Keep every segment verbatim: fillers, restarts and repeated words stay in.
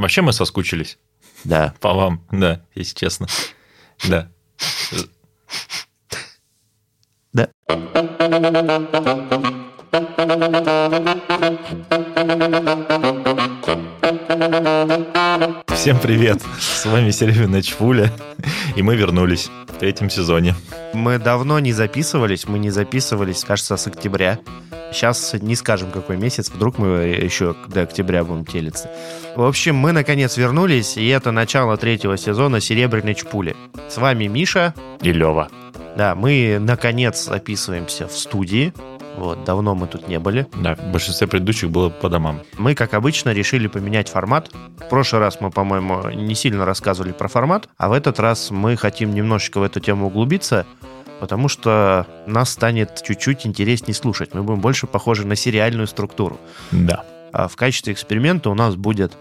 Вообще мы соскучились. Да. По вам, да, если честно. Да. Да. Всем привет! С вами Серебряная Чпуля, и мы вернулись в третьем сезоне. Мы давно не записывались, мы не записывались, кажется, с октября. Сейчас не скажем, какой месяц, вдруг мы еще до октября будем телиться. В общем, мы наконец вернулись, и это начало третьего сезона Серебряной Чпули. С вами Миша И Лева. Да, мы наконец записываемся в студии. Вот, давно мы тут не были. Да, в большинстве предыдущих было по домам. Мы, как обычно, решили поменять формат. В прошлый раз мы, по-моему, не сильно рассказывали про формат, а в этот раз мы хотим немножечко в эту тему углубиться, потому что нас станет чуть-чуть интереснее слушать. Мы будем больше похожи на сериальную структуру. Да. А в качестве эксперимента у нас будет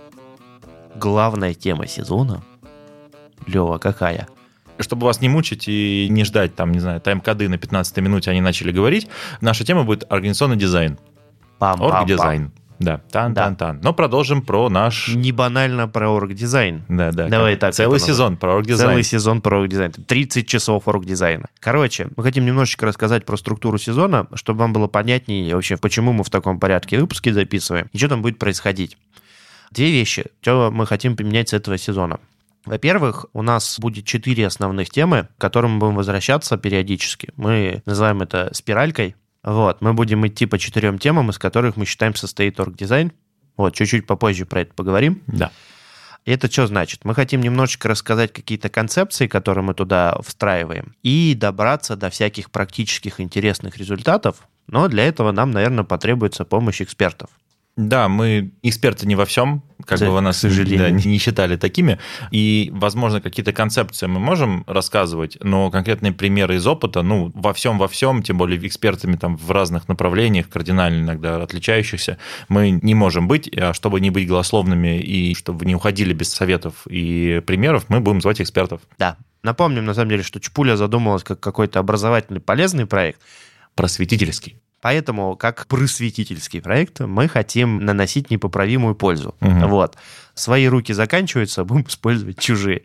главная тема сезона. Лева, какая? Чтобы вас не мучить и не ждать, там, не знаю, тайм-коды на пятнадцатой минуте они начали говорить, наша тема будет организационный дизайн. Орг-дизайн. Да, тан-тан-тан. Но продолжим про наш... Не банально про орг-дизайн. Да, да. Давай так. Целый сезон про орг-дизайн. Целый сезон про орг-дизайн. тридцать часов орг-дизайна. Короче, мы хотим немножечко рассказать про структуру сезона, чтобы вам было понятнее вообще, почему мы в таком порядке выпуски записываем и что там будет происходить. Две вещи, что мы хотим поменять с этого сезона. Во-первых, у нас будет четыре основных темы, к которым мы будем возвращаться периодически. Мы называем это спиралькой. Вот, мы будем идти по четырем темам, из которых мы считаем состоит орг-дизайн. Вот, чуть-чуть попозже про это поговорим. Да. И это что значит? Мы хотим немножечко рассказать какие-то концепции, которые мы туда встраиваем, и добраться до всяких практических интересных результатов, но для этого нам, наверное, потребуется помощь экспертов. Да, мы эксперты не во всем, как За, бы вы нас, к сожалению, да, не считали такими. И, возможно, какие-то концепции мы можем рассказывать, но конкретные примеры из опыта, ну, во всем-во всем, тем более экспертами там в разных направлениях, кардинально иногда отличающихся, мы не можем быть. А чтобы не быть голословными и чтобы вы не уходили без советов и примеров, мы будем звать экспертов. Да. Напомним, на самом деле, что Чпуля задумалась как какой-то образовательный полезный проект. Просветительский. Поэтому, как просветительский проект, мы хотим наносить непоправимую пользу. Угу. Вот. Свои руки заканчиваются, будем использовать чужие.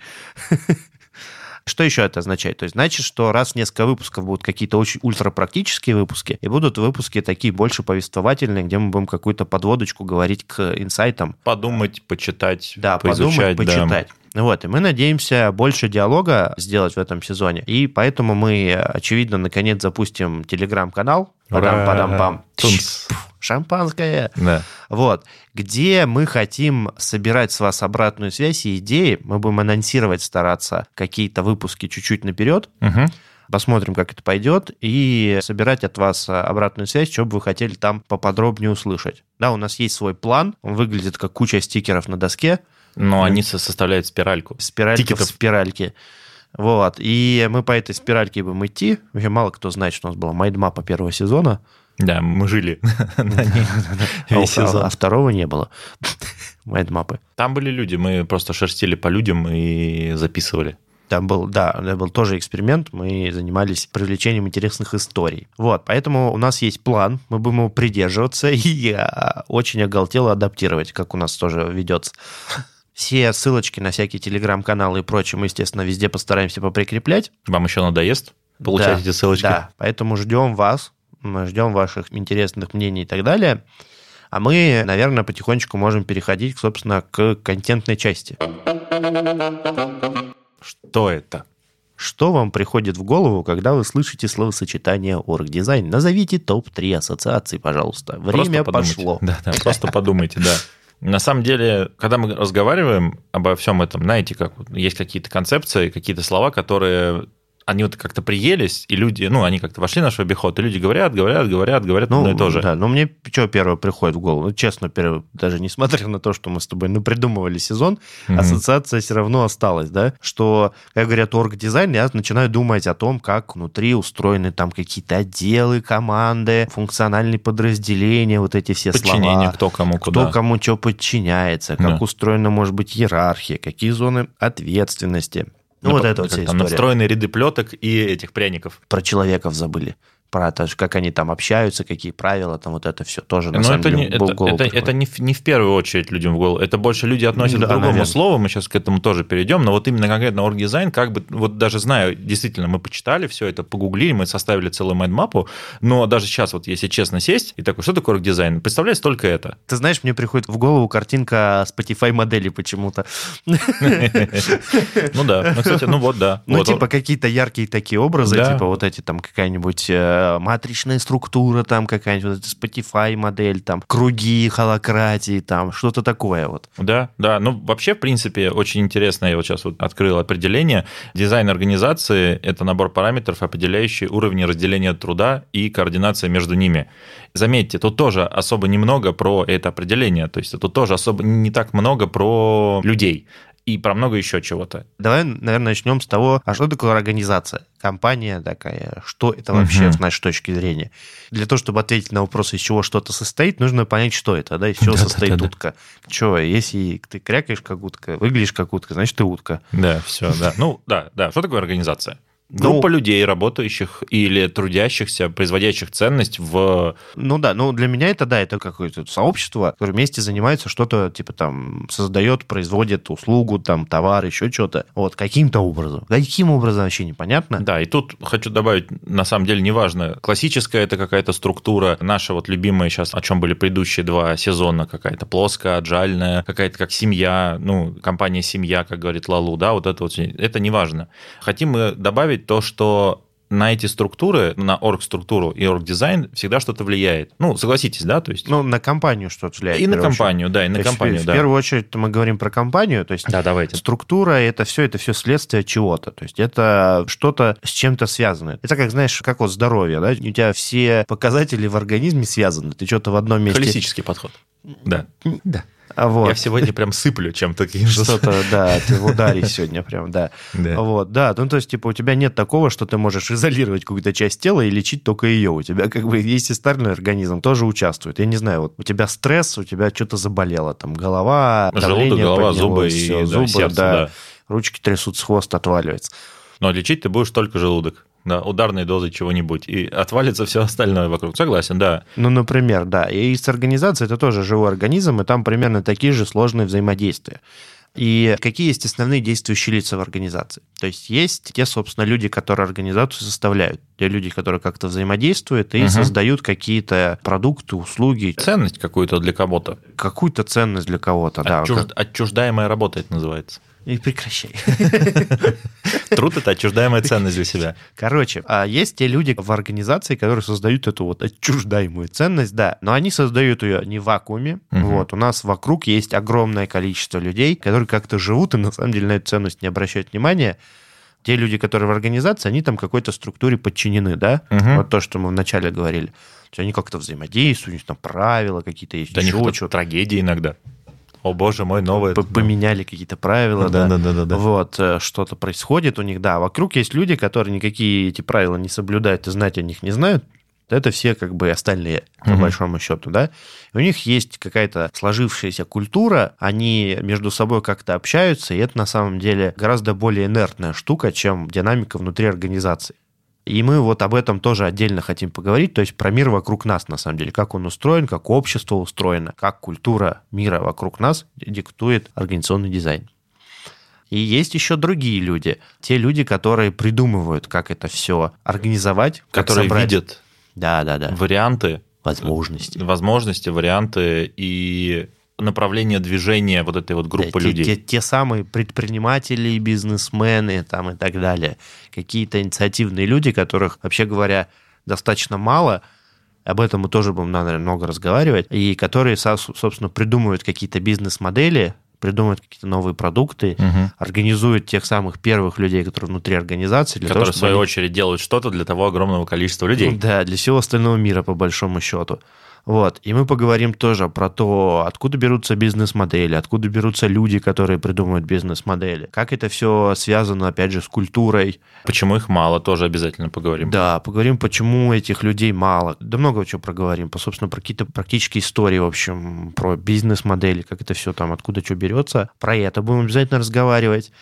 Что еще это означает? То есть, значит, что раз в несколько выпусков будут какие-то очень ультрапрактические выпуски, и будут выпуски такие больше повествовательные, где мы будем какую-то подводочку говорить к инсайтам. Подумать, почитать, да, поизучать. Подумать, почитать. Да. Вот, и мы надеемся больше диалога сделать в этом сезоне. И поэтому мы, очевидно, наконец запустим телеграм-канал. Падам-падам-пам. Шампанское. Да. Вот. Где мы хотим собирать с вас обратную связь и идеи. Мы будем анонсировать, стараться какие-то выпуски чуть-чуть наперед. Угу. Посмотрим, как это пойдет. И собирать от вас обратную связь, что бы вы хотели там поподробнее услышать. Да, у нас есть свой план. Он выглядит как куча стикеров на доске. Но они составляют спиральку. Спиралька Тикетов. В спиральке. Вот. И мы по этой спиральке будем идти. Вообще мало кто знает, что у нас была майндмапа первого сезона. Да, мы жили на ней весь сезон. А второго не было майндмапы. Там были люди, мы просто шерстили по людям и записывали. Там был, да, это был тоже эксперимент, мы занимались привлечением интересных историй. Вот, поэтому у нас есть план, мы будем его придерживаться и очень оголтело адаптировать, как у нас тоже ведется. Все ссылочки на всякие телеграм-каналы и прочее мы, естественно, везде постараемся поприкреплять. Вам еще надоест получать да, эти ссылочки? Да, поэтому ждем вас, мы ждем ваших интересных мнений и так далее. А мы, наверное, потихонечку можем переходить, собственно, к контентной части. Что это? Что вам приходит в голову, когда вы слышите словосочетание орг-дизайн? Назовите топ три ассоциаций, пожалуйста. Время пошло. Да, да, просто подумайте, да. На самом деле, когда мы разговариваем обо всем этом, знаете, как есть какие-то концепции, какие-то слова, которые они вот как-то приелись, и люди, ну, они как-то вошли в наш обиход, и люди говорят, говорят, говорят, говорят ну, одно и то же. Да, но мне что первое приходит в голову? Ну, честно, первое, даже несмотря на то, что мы с тобой ну, придумывали сезон, mm-hmm. ассоциация все равно осталась, да, что, как говорят, орг-дизайн, я начинаю думать о том, как внутри устроены там какие-то отделы, команды, функциональные подразделения, вот эти все слова. Подчинение, кто кому куда. Кто кому что подчиняется, как yeah. устроена, может быть, иерархия, какие зоны ответственности. Ну, вот это вот вся там история. Настроенные ряды плеток и этих пряников. Про человеков забыли. про то, как они там общаются, какие правила, там вот это все тоже, на Но самом это деле, не, в это, голову это, это не, в, не в первую очередь людям в голову, это больше люди относят да, к другому наверное. слову, мы сейчас к этому тоже перейдем, но вот именно конкретно оргдизайн, как бы, вот даже знаю, действительно, мы почитали все это, погуглили, мы составили целую майндмапу, но даже сейчас, вот если честно сесть, и такой, что такое оргдизайн? Представляешь, только это. Ты знаешь, мне приходит в голову картинка Spotify модели почему-то. Ну да, ну, кстати, ну вот, да. Ну, типа какие-то яркие такие образы, типа вот эти там какая-нибудь матричная структура, там какая-нибудь Spotify модель, там круги, холократии, там что-то такое вот. Да, да. Ну, вообще, в принципе, очень интересно, я вот сейчас вот открыл определение. Дизайн организации – это набор параметров, определяющий уровни разделения труда и координация между ними. Заметьте, тут тоже особо немного про это определение, то есть тут тоже особо не так много про людей и про много еще чего-то. Давай, наверное, начнем с того, а что такое организация? Компания такая, что это вообще, uh-huh. с нашей точки зрения? Для того, чтобы ответить на вопрос, из чего что-то состоит, нужно понять, что это, да, из чего да, состоит да, да, утка. Да. Че, если ты крякаешь как утка, выглядишь как утка, значит, ты утка. Да, все, да. Ну, да, да. Что такое организация? Группа ну, людей, работающих или трудящихся, производящих ценность в... Ну да, ну для меня это, да, это какое-то сообщество, которое вместе занимается что-то, типа там, создает, производит услугу, там, товар, еще что-то. Вот, каким-то образом. Каким образом, вообще непонятно. Да, и тут хочу добавить, на самом деле, неважно, классическая это какая-то структура, наша вот любимая сейчас, о чем были предыдущие два сезона, какая-то плоская, аджальная, какая-то как семья, ну, компания «Семья», как говорит Лалу, да, вот это вот, это неважно. Хотим мы добавить то, что на эти структуры, на орг-структуру и орг-дизайн всегда что-то влияет. Ну, согласитесь, да? То есть... Ну, на компанию что-то влияет. И на компанию, очередь. да, и на то компанию, в, да. В первую очередь мы говорим про компанию, то есть да, давайте. Структура, это все, это все следствие чего-то, то есть это что-то с чем-то связано. Это как, знаешь, как вот здоровье, да? У тебя все показатели в организме связаны, ты что-то в одном месте... Холистический подход. Да. Да. А вот. Я сегодня прям сыплю чем-то таким. Что-то, да, ты в ударе сегодня прям, да. да. Вот, да, ну то есть, типа, у тебя нет такого, что ты можешь изолировать какую-то часть тела и лечить только ее. У тебя как бы есть остальной организм, тоже участвует. Я не знаю, вот у тебя стресс, у тебя что-то заболело, там, голова, желудок, голова, зубы все, и зубы, да, сердце, да, да. Ручки трясутся, хвост отваливается. Но лечить ты будешь только желудок. Да, ударной дозой чего-нибудь, и отвалится все остальное вокруг. Согласен, да. Ну, например, да. И с организацией это тоже живой организм, и там примерно такие же сложные взаимодействия. И какие есть основные действующие лица в организации? То есть есть те, собственно, люди, которые организацию составляют, те люди, которые как-то взаимодействуют и угу. создают какие-то продукты, услуги. Ценность какую-то для кого-то. Какую-то ценность для кого-то, Отчуж... да. Как... Отчуждаемая работа это называется. И прекращай. Труд – это отчуждаемая ценность для себя. Короче, есть те люди в организации, которые создают эту вот отчуждаемую ценность, да, но они создают ее не в вакууме. Угу. Вот, у нас вокруг есть огромное количество людей, которые как-то живут и на самом деле на эту ценность не обращают внимания. Те люди, которые в организации, они там какой-то структуре подчинены, да? Угу. Вот то, что мы вначале говорили. То есть они как-то взаимодействуют, у них там правила какие-то есть. Да, еще что-то. Трагедии иногда. О, боже мой, новое. Поменяли какие-то правила, да. Да, да, да, да. Вот, что-то происходит у них, да. Вокруг есть люди, которые никакие эти правила не соблюдают и знать о них не знают. Это все как бы остальные, по mm-hmm. большому счету, да. И у них есть какая-то сложившаяся культура, они между собой как-то общаются, и это на самом деле гораздо более инертная штука, чем динамика внутри организации. И мы вот об этом тоже отдельно хотим поговорить, то есть про мир вокруг нас, на самом деле, как он устроен, как общество устроено, как культура мира вокруг нас диктует организационный дизайн. И есть еще другие люди, те люди, которые придумывают, как это все организовать, которые собрать. видят да, да, да. варианты, возможности, возможности, варианты и направление движения вот этой вот группы да, людей. Те, те, те самые предприниматели, бизнесмены там, и так далее. Какие-то инициативные люди, которых, вообще говоря, достаточно мало, об этом мы тоже будем, наверное, много разговаривать, и которые, собственно, придумывают какие-то бизнес-модели, придумывают какие-то новые продукты, угу. организуют тех самых первых людей, которые внутри организации. Для которые, того, в свою они... очередь, делают что-то для того огромного количества людей. Да, для всего остального мира, по большому счету. Вот. И мы поговорим тоже про то, откуда берутся бизнес-модели, откуда берутся люди, которые придумывают бизнес-модели, как это все связано, опять же, с культурой. Почему их мало, тоже обязательно поговорим. Да, поговорим, почему этих людей мало. Да много чего проговорим, по, собственно, про какие-то практические истории, в общем, про бизнес-модели, как это все там, откуда что берется. Про это будем обязательно разговаривать.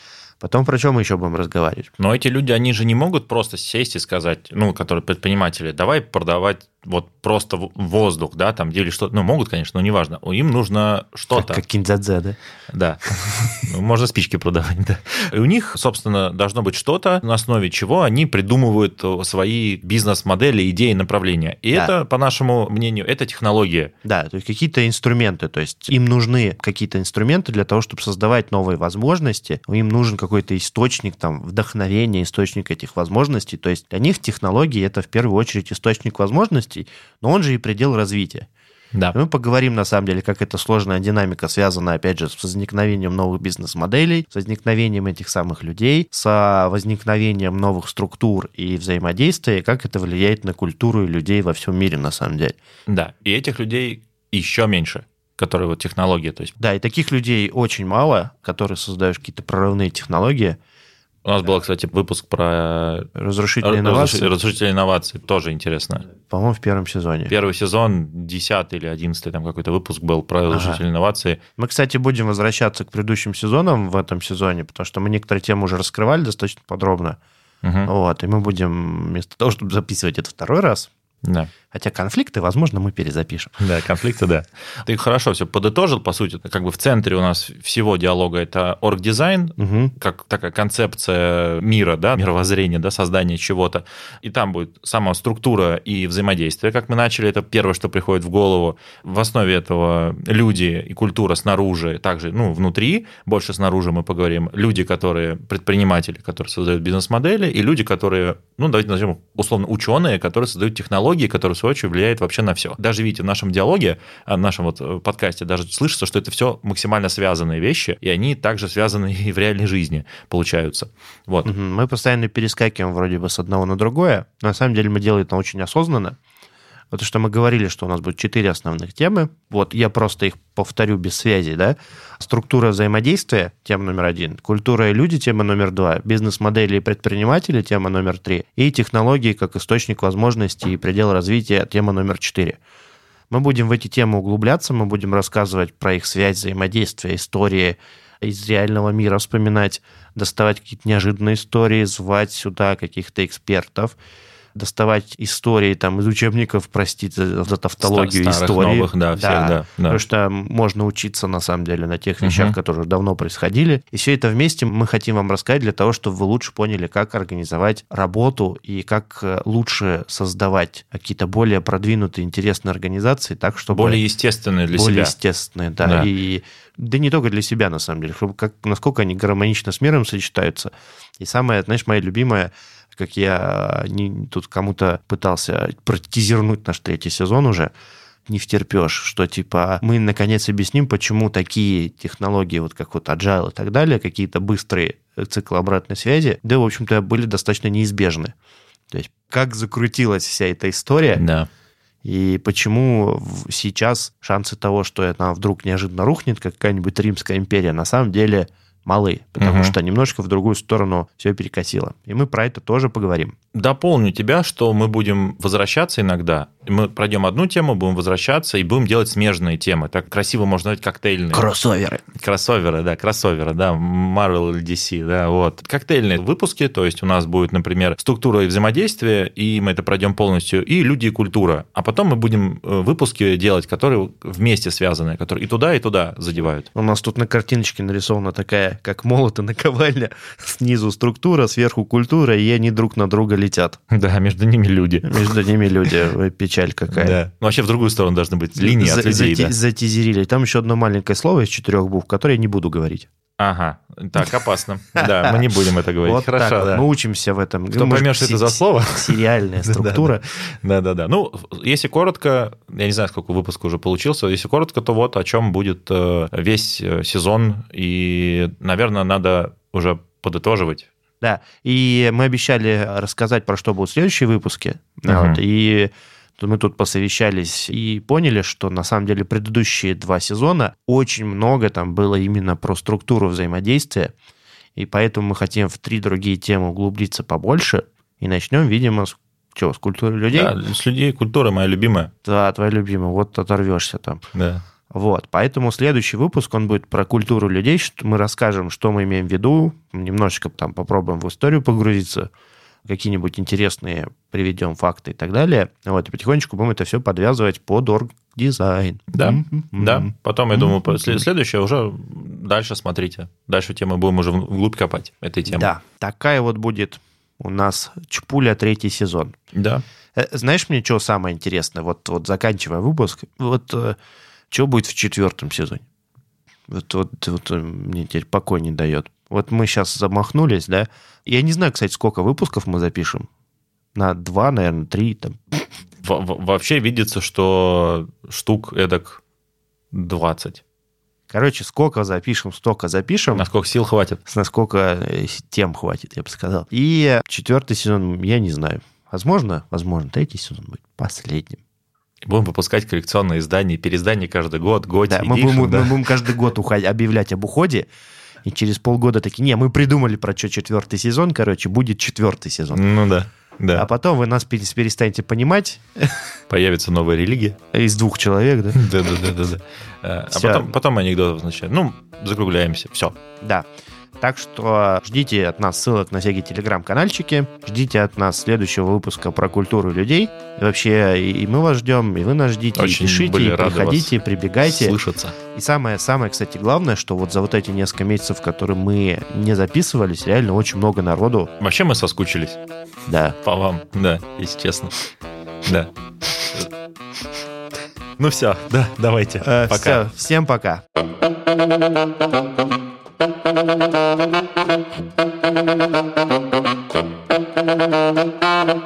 Потом про что мы еще будем разговаривать? Но эти люди, они же не могут просто сесть и сказать, ну, которые предприниматели, давай продавать вот просто воздух, да, там, или что-то, ну, могут, конечно, но неважно. Им нужно что-то. Как, как киндзадзе, да? Да. Можно спички продавать, да. И у них, собственно, должно быть что-то, на основе чего они придумывают свои бизнес-модели, идеи, направления. И да. это, по нашему мнению, это технология. Да, то есть какие-то инструменты, то есть им нужны какие-то инструменты для того, чтобы создавать новые возможности, им нужен какой-то источник, там, вдохновения, источник этих возможностей. То есть для них технологии – это в первую очередь источник возможностей, но он же и предел развития. Да. Мы поговорим, на самом деле, как эта сложная динамика связана, опять же, с возникновением новых бизнес-моделей, с возникновением этих самых людей, с возникновением новых структур и взаимодействия, как это влияет на культуру и людей во всем мире, на самом деле. Да, и этих людей еще меньше, которые вот технологии. То есть... Да, и таких людей очень мало, которые создают какие-то прорывные технологии. У нас был, кстати, выпуск про разрушительные инновации. Разрушительные инновации, тоже интересно. По-моему, в первом сезоне. Первый сезон, десятый или одиннадцатый, там какой-то выпуск был про разрушительные ага. инновации. Мы, кстати, будем возвращаться к предыдущим сезонам в этом сезоне, потому что мы некоторые темы уже раскрывали достаточно подробно. Угу. Вот, и мы будем, вместо того, чтобы записывать это второй раз, да. Хотя конфликты, возможно, мы перезапишем. Да, конфликты, да. Ты хорошо все подытожил, по сути. Как бы в центре у нас всего диалога это оргдизайн, угу. как такая концепция мира, да, мировоззрения, да, создания чего-то. И там будет сама структура и взаимодействие, как мы начали. Это первое, что приходит в голову. В основе этого люди и культура снаружи, также, ну, внутри, больше снаружи мы поговорим. Люди, которые предприниматели, которые создают бизнес-модели, и люди, которые, ну, давайте назовем условно ученые, которые создают технологии, которые в свою очередь влияет вообще на все. Даже, видите, в нашем диалоге, в нашем вот подкасте даже слышится, что это все максимально связанные вещи, и они также связаны и в реальной жизни получаются. Вот. Мы постоянно перескакиваем вроде бы с одного на другое, но на самом деле мы делаем это очень осознанно. Потому что мы говорили, что у нас будет четыре основных темы. Вот я просто их повторю без связи, да. Структура взаимодействия, тема номер один. Культура и люди, тема номер два. Бизнес-модели и предприниматели, тема номер три. И технологии как источник возможностей и предел развития, тема номер четыре. Мы будем в эти темы углубляться, мы будем рассказывать про их связь, взаимодействие, истории из реального мира, вспоминать, доставать какие-то неожиданные истории, звать сюда каких-то экспертов, доставать истории там, из учебников, простите за тавтологию, Старых, истории. Новых, да, всех, да, да. Потому что можно учиться, на самом деле, на тех вещах, угу. которые давно происходили. И все это вместе мы хотим вам рассказать для того, чтобы вы лучше поняли, как организовать работу и как лучше создавать какие-то более продвинутые, интересные организации, так, чтобы... Более естественные для более себя. Более естественные, да. да. И, да не только для себя, на самом деле, чтобы как, насколько они гармонично с миром сочетаются. И самое, знаешь, моя любимая, как я не, тут кому-то пытался протизернуть наш третий сезон уже, не втерпешь, что типа мы наконец объясним, почему такие технологии, вот как вот Agile и так далее, какие-то быстрые циклы обратной связи, да, в общем-то, были достаточно неизбежны. То есть как закрутилась вся эта история, да. И почему сейчас шансы того, что она вдруг неожиданно рухнет, как какая-нибудь Римская империя, на самом деле малы, потому угу. что немножко в другую сторону все перекосило. И мы про это тоже поговорим. Дополню тебя, что мы будем возвращаться иногда. Мы пройдем одну тему, будем возвращаться и будем делать смежные темы. Так красиво можно назвать коктейльные. Кроссоверы. Кроссоверы, да, кроссоверы, да, Marvel или ди си, да, вот. Коктейльные выпуски, то есть у нас будет, например, структура и взаимодействие, и мы это пройдем полностью, и люди и культура. А потом мы будем выпуски делать, которые вместе связаны, которые и туда, и туда задевают. У нас тут на картиночке нарисована такая, как молот и наковальня, снизу структура, сверху культура, и они друг на друга летят. Да, между ними люди. Между ними люди, печаль какая. Да. Ну, вообще в другую сторону должны быть линии За, от людей. Зати, да. Затизерили. Там еще одно маленькое слово из четырех букв, которое я не буду говорить. Ага, так, опасно. Да, мы не будем это говорить. Вот Хорошо, так, да. Мы учимся в этом. Кто поймет, что это за слово? Сериальная структура. Да-да-да. Ну, если коротко, я не знаю, сколько выпусков уже получился, если коротко, то вот о чем будет весь сезон, и, наверное, надо уже подытоживать. Да, и мы обещали рассказать, про что будут следующие выпуски, uh-huh. вот, и мы тут посовещались и поняли, что на самом деле предыдущие два сезона очень много там было именно про структуру взаимодействия, и поэтому мы хотим в три другие темы углубиться побольше, и начнем, видимо, с, что, с культуры людей? Да, с людей культура моя любимая. Да, твоя любимая, вот оторвешься там. Да. Вот, поэтому следующий выпуск, он будет про культуру людей, что мы расскажем, что мы имеем в виду, немножечко там попробуем в историю погрузиться, какие-нибудь интересные приведем факты и так далее. Вот, и потихонечку будем это все подвязывать под оргдизайн. Да, mm-hmm. да. Потом, я думаю, mm-hmm. следующее уже дальше смотрите. Дальше темы будем уже вглубь копать этой темы. Да, такая вот будет у нас Чпуля третий сезон. Да. Знаешь, мне что самое интересное? Вот, вот заканчивая выпуск, вот что будет в четвертом сезоне? Вот, вот, вот мне теперь покой не дает. Вот мы сейчас замахнулись, да? Я не знаю, кстати, сколько выпусков мы запишем. На два, наверное, три. Там. Во- вообще видится, что штук эдак двадцать. Короче, сколько запишем, столько запишем. Насколько сил хватит. Насколько тем хватит, я бы сказал. И четвертый сезон, я не знаю. Возможно, возможно, третий сезон будет последним. Будем выпускать коллекционные издания, переиздания каждый год, год. Да, мы будем, да. мы будем каждый год уходить, объявлять об уходе, и через полгода такие, не, мы придумали про что четвертый сезон, короче, будет четвертый сезон. Ну да, да. А потом вы нас перестанете понимать. Появится новая религия. Из двух человек, да? Да-да-да. А потом, потом анекдотов начинают. Ну, закругляемся, все. Да. Так что ждите от нас ссылок на всякие телеграм-канальчики, ждите от нас следующего выпуска про культуру людей. И вообще, и мы вас ждем, и вы нас ждите. Очень и пишите, и приходите, прибегайте. Слышаться. И самое, самое, кстати, главное, что вот за вот эти несколько месяцев, которые мы не записывались, реально очень много народу. Вообще мы соскучились. Да. По вам, да, если честно. Да. Ну все, да, давайте. Э, пока. Все, всем пока.